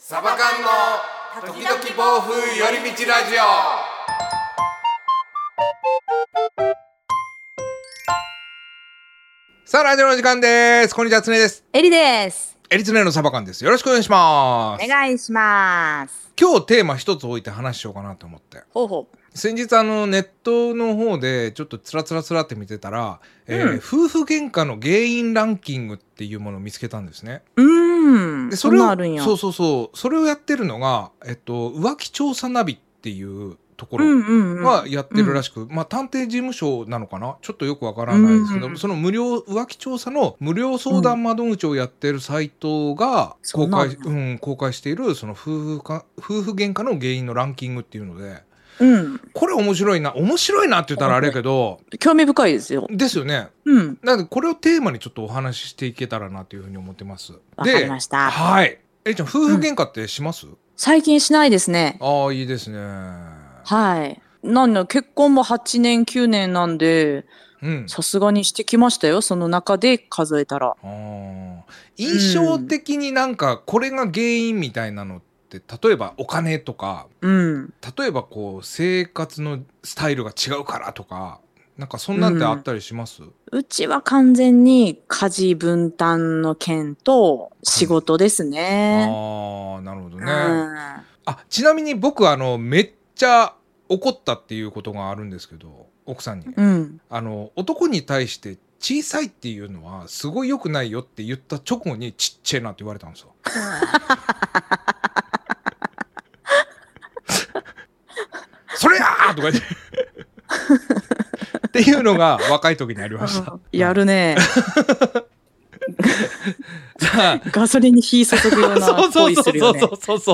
サバ缶の時々暴風寄り道ラジオ。さあ、ラジオの時間です。こんにちは、つねです。 エリです。 エリつねのサバ缶です。よろしくお願いします。 お願いします。 今日テーマ一つ置いて話しようかなと思って。 ほうほう。 先日ネットの方でちょっとつらって見てたら、夫婦喧嘩の原因ランキングっていうものを見つけたんですね。でそれをそんなあるんや。 それをやってるのが、浮気調査ナビっていうところがやってるらしく、探偵事務所なのかな、ちょっとよくわからないですけど、その浮気調査の無料相談窓口をやってるサイトが公開しているその夫婦喧嘩の原因のランキングっていうので、これ面白いなって言ったらあれやけど、 興味深いですよ。 ですよね。なのでこれをテーマにちょっとお話ししていけたらなというふうに思ってます。 わかりました。 はい。エリちゃん、夫婦喧嘩ってします？ 最近しないですね。 ああ、いいですね。 はい。結婚も8年9年なんで、さすがにしてきましたよ。その中で数えたら。 印象的になんかこれが原因みたいなのって、例えばお金とか、例えばこう生活のスタイルが違うからとか、なんかそんなんってあったりします？ うちは完全に家事分担の件と仕事ですね。 ああ、なるほどね。ちなみに僕めっちゃ怒ったっていうことがあるんですけど、奥さんに、男に対して小さいっていうのはすごい良くないよって言った直後にちっちゃいなって言われたんですよ。それやーとか言ってっていうのが若い時にありました。 やるね。ガソリンに火注ぐような行為するよね。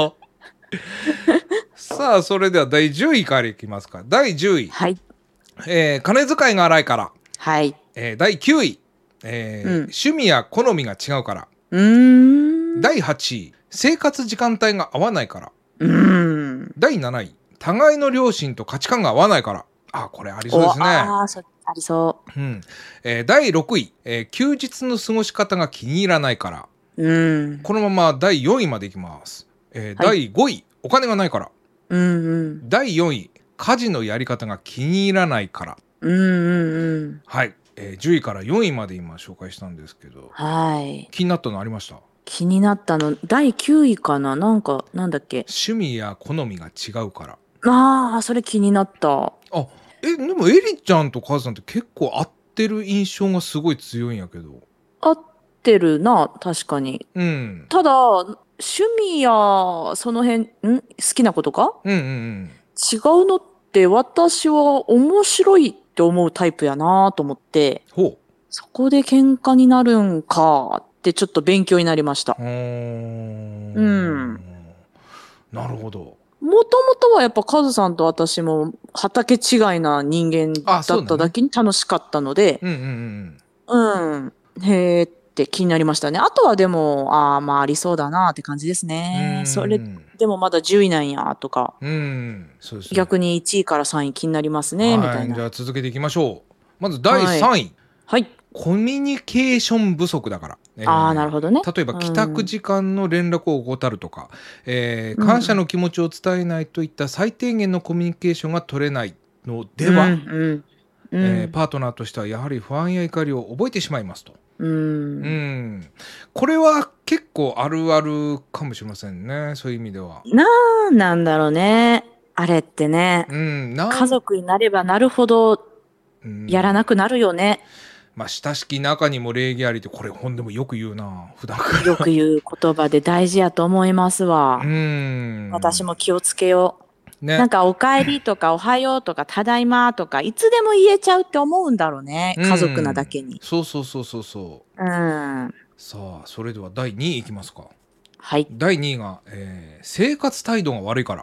さあ、それでは第10位からいきますか。第10位、 はい。 金遣いが荒いから。 はい。 第9位、趣味や好みが違うから。第8位、生活時間帯が合わないから。第7位、互いの両親と価値観が合わないから。これありそうですね。 ありそう。 第6位、休日の過ごし方が気に入らないから。このまま第4位までいきます。第5位、お金がないから。第4位、家事のやり方が気に入らないから。はい、10位から4位まで今紹介したんですけど、気になったのありました？ 気になったの第9位かな。なんだっけ、 趣味や好みが違うから。 それ気になった。 でもエリちゃんとカズさんって結構合ってる印象がすごい強いんやけど。 合ってるな、確かに。ただ趣味やその辺好きなことか、違うのって私は面白いって思うタイプやなと思って、そこで喧嘩になるんかってちょっと勉強になりました。なるほど。 もともとはやっぱカズさんと私も畑違いな人間だっただけに楽しかったので、へーって気になりましたね。あとはでもありそうだなって感じですね。それでもまだ10位なんやとか、逆に1位から3位気になりますねみたいな。 じゃあ続けていきましょう。まず第3位、コミュニケーション不足だから。 なるほどね。 例えば帰宅時間の連絡を怠るとか、感謝の気持ちを伝えないといった最低限のコミュニケーションが取れないのでは、パートナーとしてはやはり不安や怒りを覚えてしまいますと。これは結構あるあるかもしれませんね。そういう意味ではなんだろうね、あれってね。家族になればなるほどやらなくなるよね。 親しき中にも礼儀ありって、これ本でもよく言うな、普段からよく言う言葉で大事やと思いますわ。私も気をつけよう、なんかおかえりとかおはようとかただいまとかいつでも言えちゃうって思うんだろうね、家族なだけに。 そうさあ、それでは第2位いきますか。第2位が、生活態度が悪いから。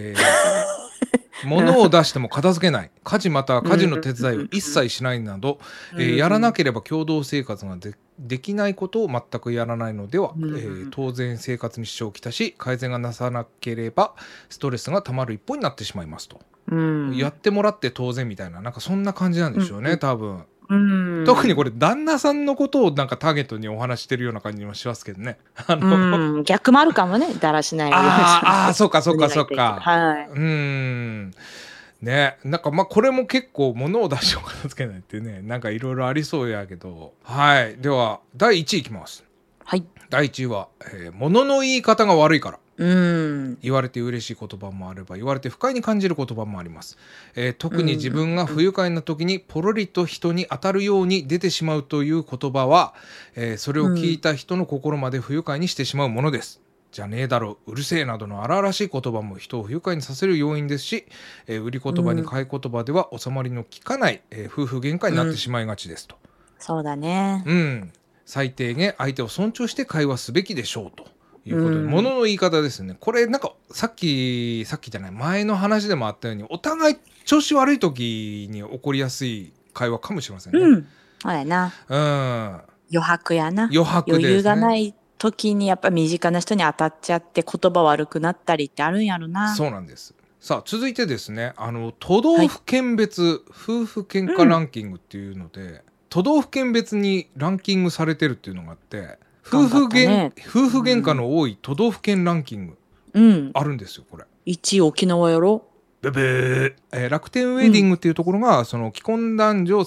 物を出しても片付けない、家事または家事の手伝いを一切しないなど、やらなければ共同生活ができないことを全くやらないのでは、当然生活に支障をきたし、改善がなさなければストレスがたまる一方になってしまいますと。やってもらって当然みたいな、なんかそんな感じなんでしょうね、多分。 特にこれ旦那さんのことをなんかターゲットにお話してるような感じもしますけどね。 逆もあるかもね、だらしないああ、そうかそうかそうか。 はい。 ね、なんかまあこれも結構物を出してお片付けないってね、なんかいろいろありそうやけど。はい。では第1位いきます。 はい。 第1位は、物の言い方が悪いから。 言われて嬉しい言葉もあれば言われて不快に感じる言葉もあります。特に自分が不愉快な時にポロリと人に当たるように出てしまうという言葉は、それを聞いた人の心まで不愉快にしてしまうものです。じゃねえだろ、うるせえなどの荒々しい言葉も人を不愉快にさせる要因ですし、売り言葉に買い言葉では収まりの効かない、夫婦喧嘩になってしまいがちですと。 そうだね。 最低限相手を尊重して会話すべきでしょうということで、物の言い方ですね。これなんかさっきじゃない前の話でもあったように、お互い調子悪い時に起こりやすい会話かもしれませんね。 そうやな。余白やな。 余白ですね。 余裕がない時にやっぱ身近な人に当たっちゃって言葉悪くなったりってあるんやろな。 そうなんです。さあ続いてですね、都道府県別夫婦喧嘩ランキングっていうので、都道府県別にランキングされてるっていうのがあって、夫婦喧嘩の多い都道府県ランキングあるんですよ、これ。 1位沖縄やろ。 楽天ウェディングっていうところが、その既婚男女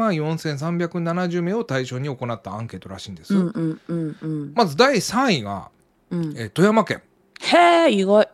34,370名を対象に行ったアンケートらしいんです。まず第3位が、富山県。 へえ、意外。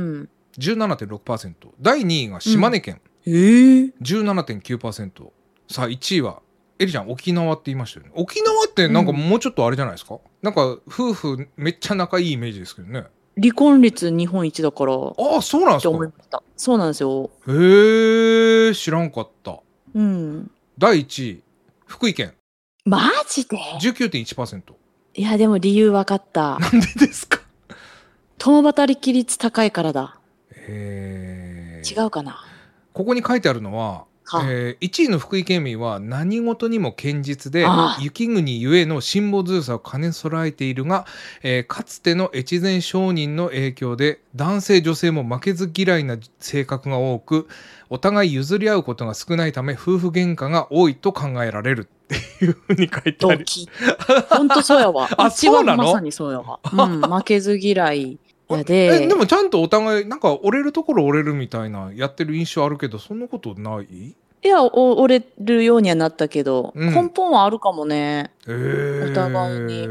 17.6%。第2位が島根県。17.9%。さあ1位はエリちゃん沖縄って言いましたよね。沖縄ってなんかもうちょっとあれじゃないですか、なんか夫婦めっちゃ仲いいイメージですけどね。 離婚率日本一だから。 ああ、そうなんですか。 そうなんですよ。 へえ、知らんかった。第1位福井県。 マジで 19.1%。 いやでも理由分かった。 なんでですか。 共働き率高いからだ。 違うかな。 ここに書いてあるのは、1位の福井県民は何事にも堅実で雪国ゆえの辛抱強さを兼ね備えているが、かつての越前商人の影響で男性女性も負けず嫌いな性格が多く、お互い譲り合うことが少ないため夫婦喧嘩が多いと考えられるっていうふうに書いてある。 本当そうやわ。うちはまさにそうやわ。負けず嫌いでもちゃんとお互いなんか折れるところ折れるみたいなやってる印象あるけど、そんなことない？ いや、折れるようにはなったけど、根本はあるかもね。お互いに。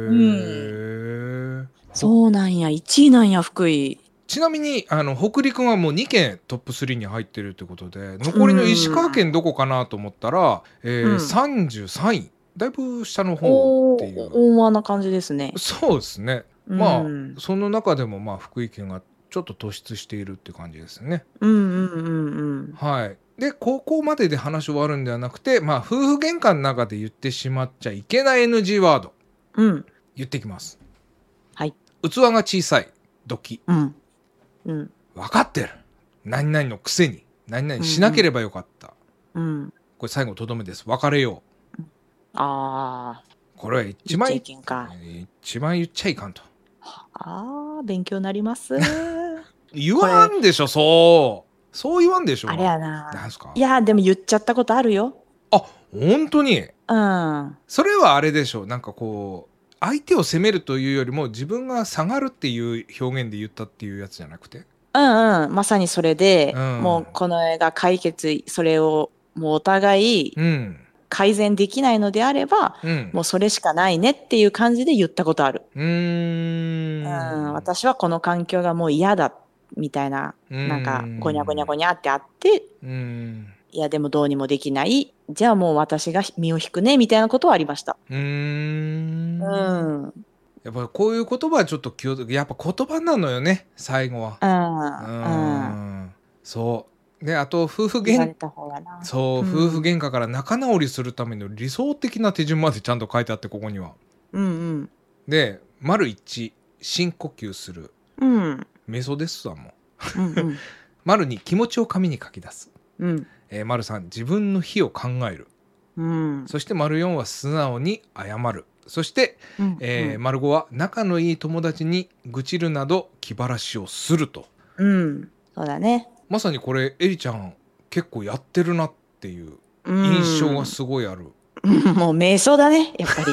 そうなんや。1位なんや、福井。 ちなみに北陸がもう2県トップ3に入ってるってことで、残りの石川県どこかなと思ったら、33位。だいぶ下の方っていう。 大間な感じですね。 そうですね。まあその中でもまあ福井県がちょっと突出しているって感じですね。はい。でここまでで話終わるんではなくて、まあ夫婦喧嘩の中で言ってしまっちゃいけない NG ワード、言ってきます。 はい。 器が小さい、ドキ。分かってる。何々のくせに何々しなければよかった。これ最後とどめです。別れよう。これは一番言っちゃいかんと。 勉強になります。 言わんでしょ。そう言わんでしょ。 あれやな。 なんすか。 いやでも言っちゃったことあるよ。 あ、本当に。それはあれでしょ。なんかこう相手を責めるというよりも自分が下がるっていう表現で言ったっていうやつじゃなくて。 まさにそれで、もうこの映画解決、それをもうお互い改善できないのであれば、もうそれしかないねっていう感じで言ったことある。私はこの環境がもう嫌だみたいな、なんかゴニャゴニャゴニャってあって、いやでもどうにもできない、じゃあもう私が身を引くねみたいなことはありました。 やっぱこういう言葉はちょっとやっぱ言葉なのよね、最後は。そうで、あと夫婦喧嘩から仲直りするための理想的な手順までちゃんと書いてあって、ここには。で、丸1、深呼吸する。瞑想ですわ、もう。丸2、気持ちを紙に書き出す。丸3、自分の非を考える。そして丸4は素直に謝る。そして、丸5は仲のいい友達に愚痴るなど気晴らしをすると。 そうだね。 まさにこれエリちゃん結構やってるなっていう印象がすごいある。 もう瞑想だね、やっぱり。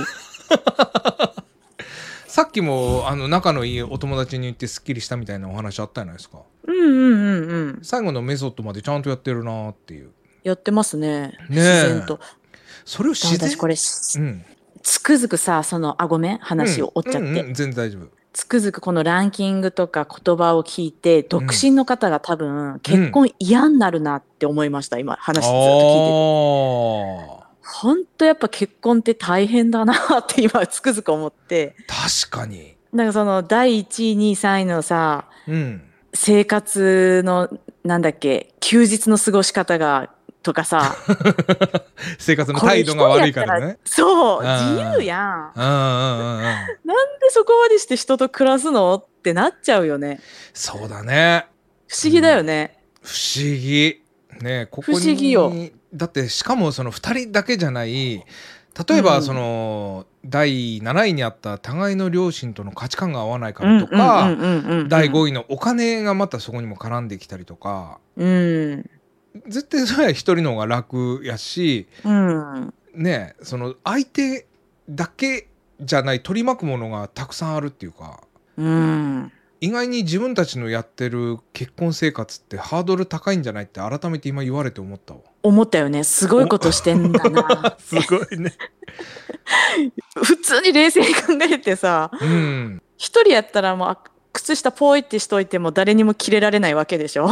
さっきも仲のいいお友達に言ってスッキリしたみたいなお話あったじゃないですか。最後のメソッドまでちゃんとやってるなっていう。 やってますね。自然と。 それを自然。 私これ、つくづくさ、ごめん、話を追っちゃって。 全然大丈夫。 つくづくこのランキングとか言葉を聞いて、独身の方が多分結婚嫌になるなって思いました、今話ずっと聞いてて。ほんとやっぱ結婚って大変だなって今つくづく思って。 確かに。 なんかその第1位、2位、3位のさ、生活のなんだっけ、休日の過ごし方がとかさ生活の態度が悪いからね。 そう、自由やん。なんでそこまでして人と暮らすのってなっちゃうよね。 そうだね。 不思議だよね。 不思議ね。ここに不思議よ。だってしかもその2人だけじゃない、例えばその第7位にあった互いの両親との価値観が合わないからとか、第5位のお金がまたそこにも絡んできたりとか、絶対それは一人の方が楽やし、ね、その相手だけじゃない取り巻くものがたくさんあるっていうか、意外に自分たちのやってる結婚生活ってハードル高いんじゃないって改めて今言われて思ったわ。 思ったよね。すごいことしてんだな。 すごいね。 普通に冷静に考えてさ、一人やったらもう靴下ポイってしといても誰にもキレられないわけでしょ。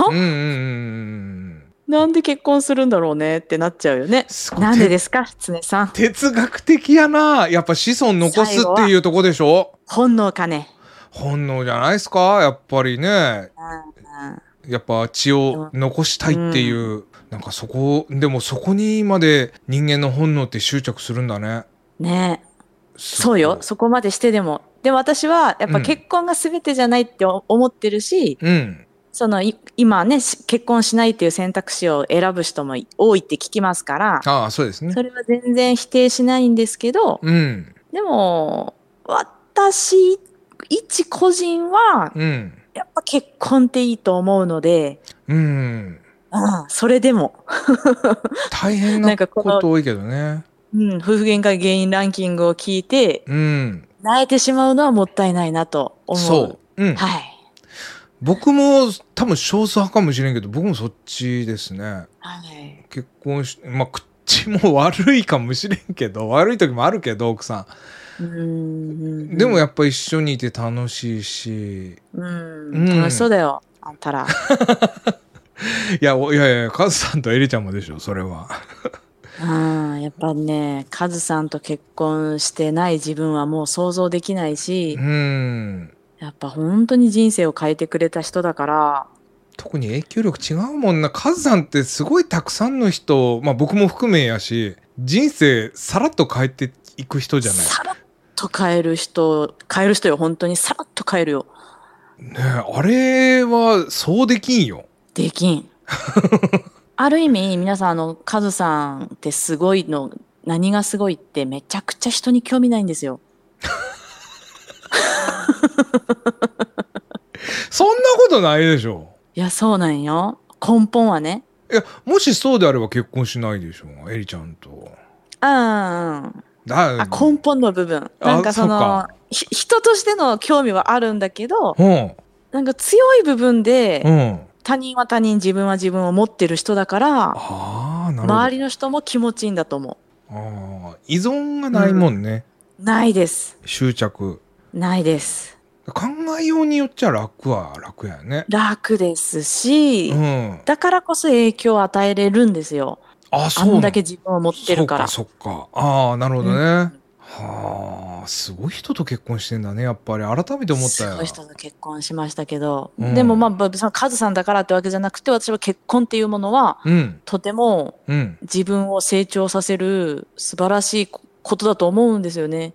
なんで結婚するんだろうねってなっちゃうよね。なんでですか、常さん。 哲学的やな。やっぱ子孫残すっていうとこでしょ。 本能かね。 本能じゃないですか、やっぱりね。やっぱ血を残したいっていう、なんかそこでもそこにまで人間の本能って執着するんだね。 ねえ、そうよ。そこまでしてでも私はやっぱ結婚が全てじゃないって思ってるし、その今ね結婚しないっていう選択肢を選ぶ人も多いって聞きますから、 そうですね。 それは全然否定しないんですけど、でも私一個人は、やっぱ結婚っていいと思うので、それでも大変なこと多いけどね。 夫婦喧嘩原因ランキングを聞いて、泣いてしまうのはもったいないなと思う。 そう、はい。僕も多分少数派かもしれんけど、僕もそっちですね。結婚し、口も悪いかもしれんけど、悪い時もあるけど奥さん。でもやっぱ一緒にいて楽しいし、 楽しそうだよあんたら。 いやカズさんとエリちゃんもでしょそれは。 やっぱね、カズさんと結婚してない自分はもう想像できないし、やっぱ本当に人生を変えてくれた人だから。 特に影響力違うもんな。カズさんってすごいたくさんの人、僕も含めやし、人生さらっと変えていく人じゃない。 さらっと変える人よ。本当にさらっと変えるよね。あれはそうできんよ。 できん。ある意味皆さんカズさんってすごいの、何がすごいってめちゃくちゃ人に興味ないんですよ。 そんなことないでしょ。 いやそうなんよ、根本はね。 いやもしそうであれば結婚しないでしょエリちゃんと。 根本の部分、なんかその人としての興味はあるんだけど、なんか強い部分で、他人は他人、自分は自分を持ってる人だから、周りの人も気持ちいいんだと思う。 依存がないもんね。 ないです。 執着ないです。 考えようによっちゃ楽は楽やね。 楽ですし、だからこそ影響を与えれるんですよ。あんだけ自分を持ってるから。 そっか。なるほどね。すごい人と結婚してんだね。やっぱり改めて思ったよ。 すごい人と結婚しましたけど、でもカズさんだからってわけじゃなくて、私は結婚っていうものは、とても自分を成長させる素晴らしいことだと思うんですよね。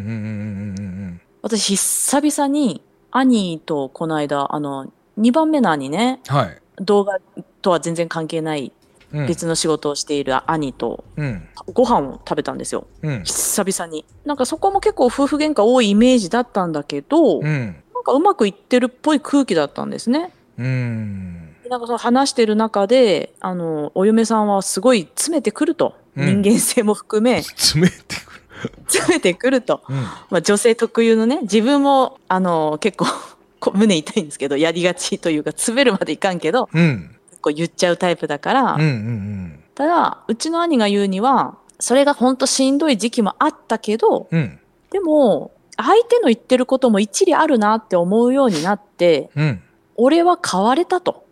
私久々に兄とこの間2番目の兄ね、動画とは全然関係ない別の仕事をしている兄とご飯を食べたんですよ、久々に。なんかそこも結構夫婦喧嘩多いイメージだったんだけど、なんかうまくいってるっぽい空気だったんですね。 なんかその話してる中で、お嫁さんはすごい詰めてくると。人間性も含め。 詰めてくる。 詰めてくると。まあ女性特有のね、自分も、結構胸痛いんですけど、やりがちというか、詰めるまでいかんけど、結構言っちゃうタイプだから。ただ、うちの兄が言うには、それが本当しんどい時期もあったけど、でも、相手の言ってることも一理あるなって思うようになって、俺は変われたと。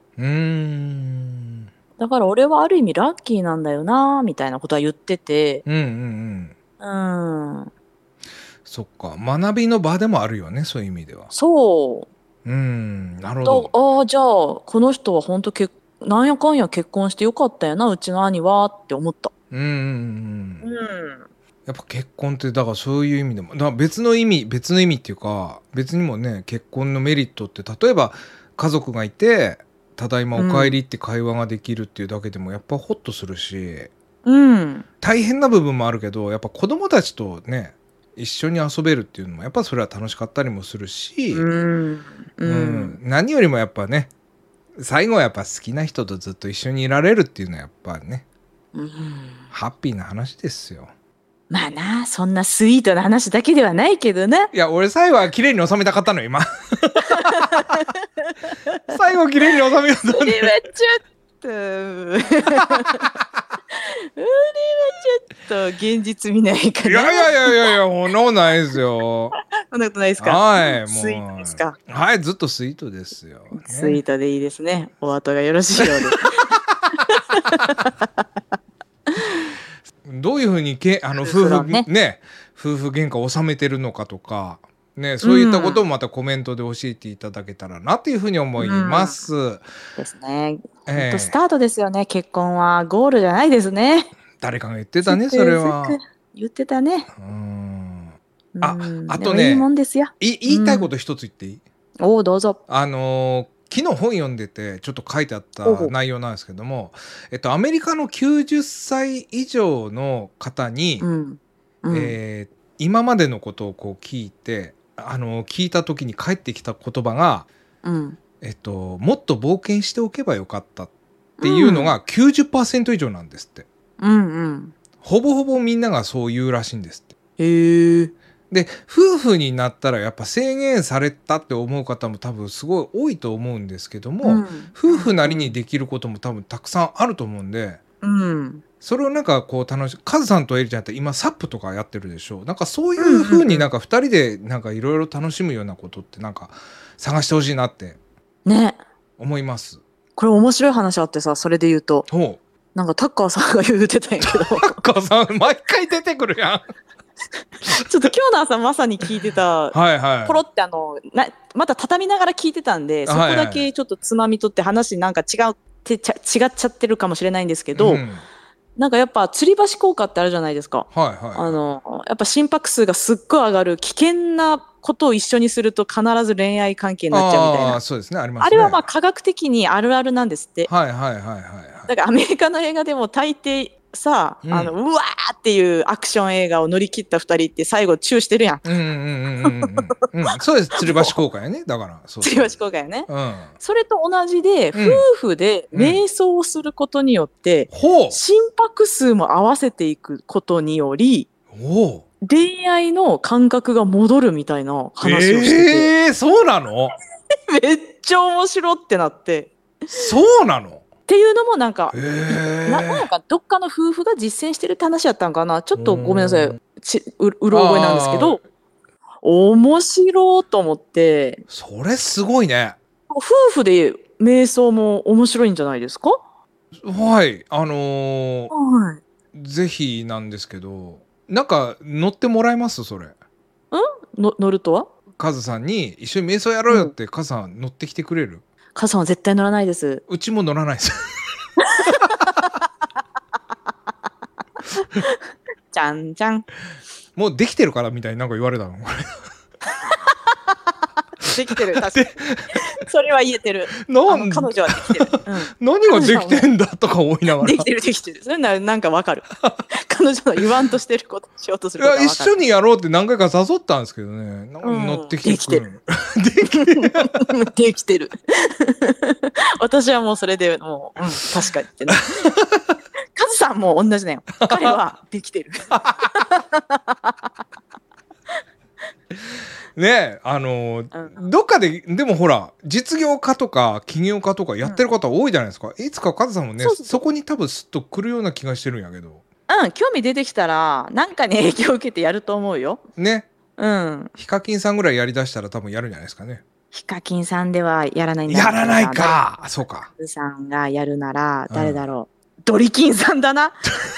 だから俺はある意味ラッキーなんだよなみたいなことは言ってて。 そっか、学びの場でもあるよね、そういう意味では。 そう。 なるほど。ああ、じゃあこの人は本当なんやかんや結婚してよかったやな、うちの兄はって思った。 やっぱ結婚ってだからそういう意味でも、だから別の意味っていうか、別にもね、結婚のメリットって例えば家族がいてただいまお帰りって会話ができるっていうだけでもやっぱホッとするし、大変な部分もあるけど、やっぱ子供たちとね一緒に遊べるっていうのもやっぱそれは楽しかったりもするし、何よりもやっぱね、最後はやっぱ好きな人とずっと一緒にいられるっていうのはやっぱね、ハッピーな話ですよ。 まあな、そんなスイートな話だけではないけどな。 いや、俺最後は綺麗に収めたかったの今。最後綺麗に収めようと思って。それはちょっと。それはちょっと現実見ないかな。 いや、そんなことないですよ。 そんなことないですか。 はい、もう。 スイートですか。 はい、ずっとスイートですよ。 ね、スイートでいいですね。お後がよろしいようで。 どういうふうに夫婦ね、夫婦喧嘩を収めてるのかとかね、そういったことをまたコメントで教えていただけたらなっていうふうに思います。 ですね。スタートですよね。結婚はゴールじゃないですね。 誰かが言ってたね、それは。 言ってたね。 あとね、 いいもんですよ。 言いたいこと一つ言っていい？ おお、どうぞ。 昨日本読んでてちょっと書いてあった内容なんですけども、アメリカの90歳以上の方に、今までのことをこう聞いて、聞いた時に返ってきた言葉が、もっと冒険しておけばよかったっていうのが 90% 以上なんですって。ほぼほぼみんながそう言うらしいんですって。で、夫婦になったらやっぱ制限されたって思う方も多分すごい多いと思うんですけども、夫婦なりにできることも多分たくさんあると思うんで、それをなんかこう楽しい。カズさんとエリちゃんって今サップとかやってるでしょ。なんかそういう風になんか2人でなんかいろいろ楽しむようなことってなんか探してほしいなって思います。 これ面白い話あってさ、それで言うと、なんかタッカーさんが言うてたんやけど。タッカーさん毎回出てくるやん。 ちょっと今日の朝まさに聞いてた、ポロってまた畳みながら聞いてたんで、そこだけちょっとつまみ取って話なんか違っちゃってるかもしれないんですけど、なんかやっぱ吊り橋効果ってあるじゃないですか。やっぱ心拍数がすっごい上がる危険なことを一緒にすると必ず恋愛関係になっちゃうみたいな。 そうですね、ありますね。 あれはまあ科学的にあるあるなんですって。だからアメリカの映画でも大抵さ、うわーっていうアクション映画を乗り切った2人って最後チューしてるやん。 そうです、吊り橋効果やね。だから吊り橋効果やね。それと同じで、夫婦で瞑想をすることによって、心拍数も合わせていくことにより、恋愛の感覚が戻るみたいな話をしてて。 そうなの？ めっちゃ面白ってなって。 そうなの？ っていうのもなんか、なんかどっかの夫婦が実践してるって話やったんかな。ちょっとごめんなさい。うる覚えなんですけど、面白いと思って。 それすごいね。 夫婦で瞑想も面白いんじゃないですか？ はい。ぜひなんですけど、なんか乗ってもらえます？それ。 乗るとは？ カズさんに一緒に瞑想やろうよってカズさん乗ってきてくれる？ カズさんは絶対乗らないです。 うちも乗らないです。 じゃんじゃん。 もうできてるからみたいになんか言われたの。 できてる。確かに。それは言えてる。彼女はできてる。 何ができてんだとか思いながら。 できてる。それなんかわかる。彼女の言わんとしてることしようとすることはわかる。 一緒にやろうって何回か誘ったんですけどね。乗ってきてくる。 できてる。私はもうそれでもう、確かにってね。カズさんも同じだよ。彼はできてる。 ねどっかででもほら実業家とか起業家とかやってる方多いじゃないですか。いつかカズさんもねそこに多分スッと来るような気がしてるんやけど。 興味出てきたらなんかに影響を受けてやると思うよ。 ね。ヒカキンさんぐらいやりだしたら多分やるんじゃないですかね。 ヒカキンさんではやらないんだ。 やらないか。そうか。 カズさんがやるなら誰だろう。ドリキンさんだな。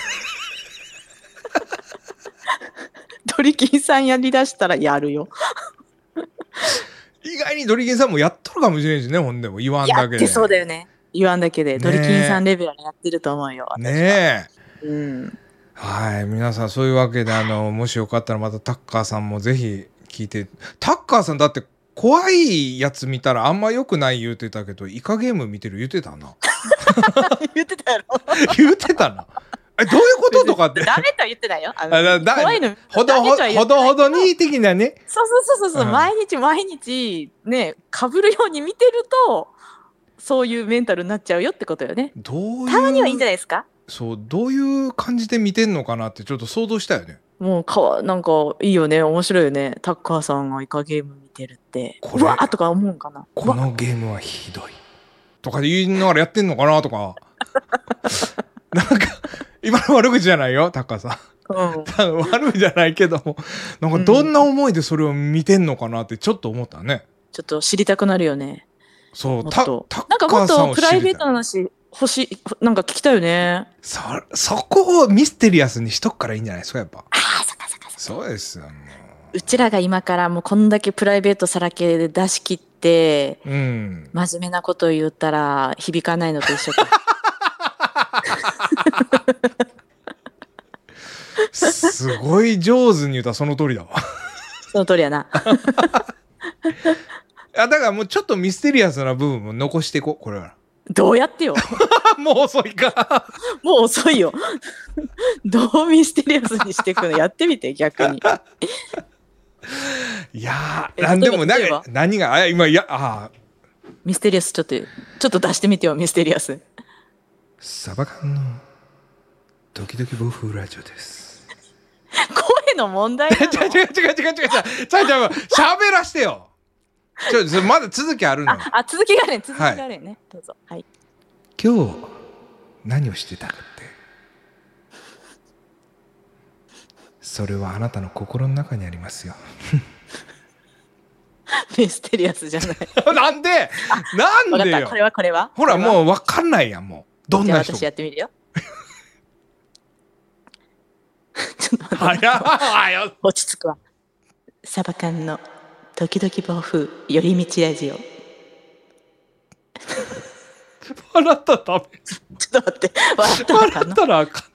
ドリキンさんやりだしたらやるよ。 意外にドリキンさんもやっとるかもしれんしね。ほんでも言わんだけで。 やってそうだよね。言わんだけでドリキンさんレベルやってると思うよ。 ねえ。はい、皆さんそういうわけでもしよかったらまたタッカーさんもぜひ聞いて。タッカーさんだって怖いやつ見たらあんま良くない言うてたけどイカゲーム見てる言うてたな。 言ってたやろ。 言うてたな。どういうこととかって。 ダメとは言ってないよ。 怖いの。ほどほどに的なね。 そう。毎日ね被るように見てるとそういうメンタルになっちゃうよってことよね。たまにはいいんじゃないですか。 そうどういう感じで見てんのかなってちょっと想像したよね。 もうなんかいいよね。面白いよね。タッカーさんがイカゲーム見てるってうわーとか思うんかな。 このゲームはひどいとか言いながらやってんのかなとか。なんか今の悪口じゃないよタッカーさん。悪口じゃないけどもなんかどんな思いでそれを見てんのかなってちょっと思ったね。 ちょっと知りたくなるよね。 そうなんかもっとプライベートな話欲しい。なんか聞きたいよね。 そこをミステリアスにしとくからいいんじゃないですかやっぱ。 そっか。 そうですよ。 うちらが今からもうこんだけプライベートさらけで出し切って、真面目なことを言ったら響かないのと一緒か。 すごい上手に言うたらその通りだわ。 その通りやな。 だからもうちょっとミステリアスな部分も残していこうこれは。 どうやってよ。 もう遅いか。 もう遅いよ。どうミステリアスにしていくのやってみて逆に。 いやなんでも何が今ミステリアスちょっと出してみてよミステリアス。 サバ缶のドキドキ暴風ラジオです。 声の問題なの？違う。 喋らしてよ。まだ続きあるの。 続きがあるね。どうぞ。はい。 今日何をしてたかって。それはあなたの心の中にありますよ。 ミステリアスじゃない。 なんでよ。 これは。 ほらもう分かんないやんもう。どんな人。 じゃあ私やってみるよ。ちょっと待って。 落ち着くわ。サバ缶の時々暴風寄り道ラジオ。 笑ったらダメ。 ちょっと待って。笑ったらあかん。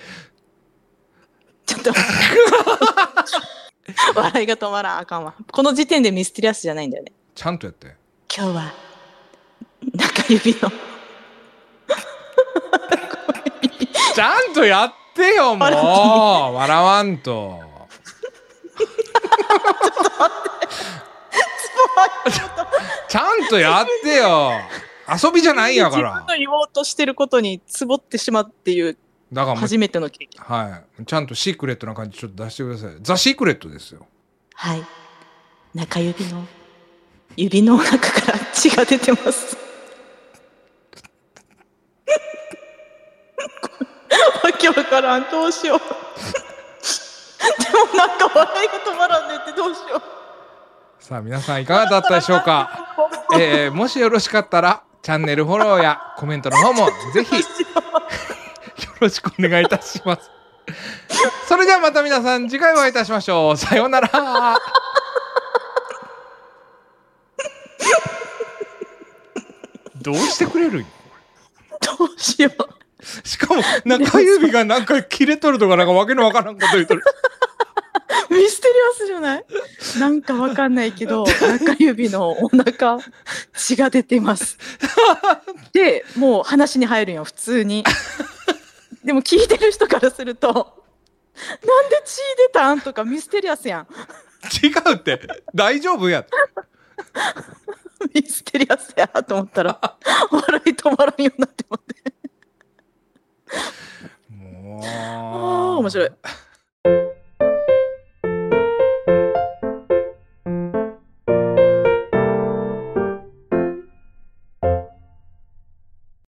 ちょっと待って。笑いが止まらんあかんわ。この時点でミステリアスじゃないんだよね。 ちゃんとやって。 今日は中指のちゃんとやってよもう。笑わんと。ちゃんとやってよ。遊びじゃないやから。 自分の言おうとしてることにつぼってしまうっていう初めての経験。 はい。ちゃんとシークレットな感じちょっと出してください。ザ・シークレットですよ。 はい。中指の指の中から血が出てます。わけわからん。どうしよう。でもなんか笑いが止まらんねってどうしよう。 さあ皆さんいかがだったでしょうか。もしよろしかったらチャンネルフォローやコメントの方もぜひよろしくお願いいたします。それではまた皆さん次回お会いいたしましょう。さようなら。どうしてくれるん？ どうしよう。 しかも中指がなんか切れとるとかなんかわけのわからんこと言うとる。 ミステリアスじゃない？なんかわかんないけど、中指のお腹、血が出てます。で、もう話に入るよ、普通に。でも聞いてる人からすると、なんで血出たんとかミステリアスやん。 違うって、大丈夫や。 ミステリアスやと思ったら、笑い止まらんようになって思って。 もう。 面白い。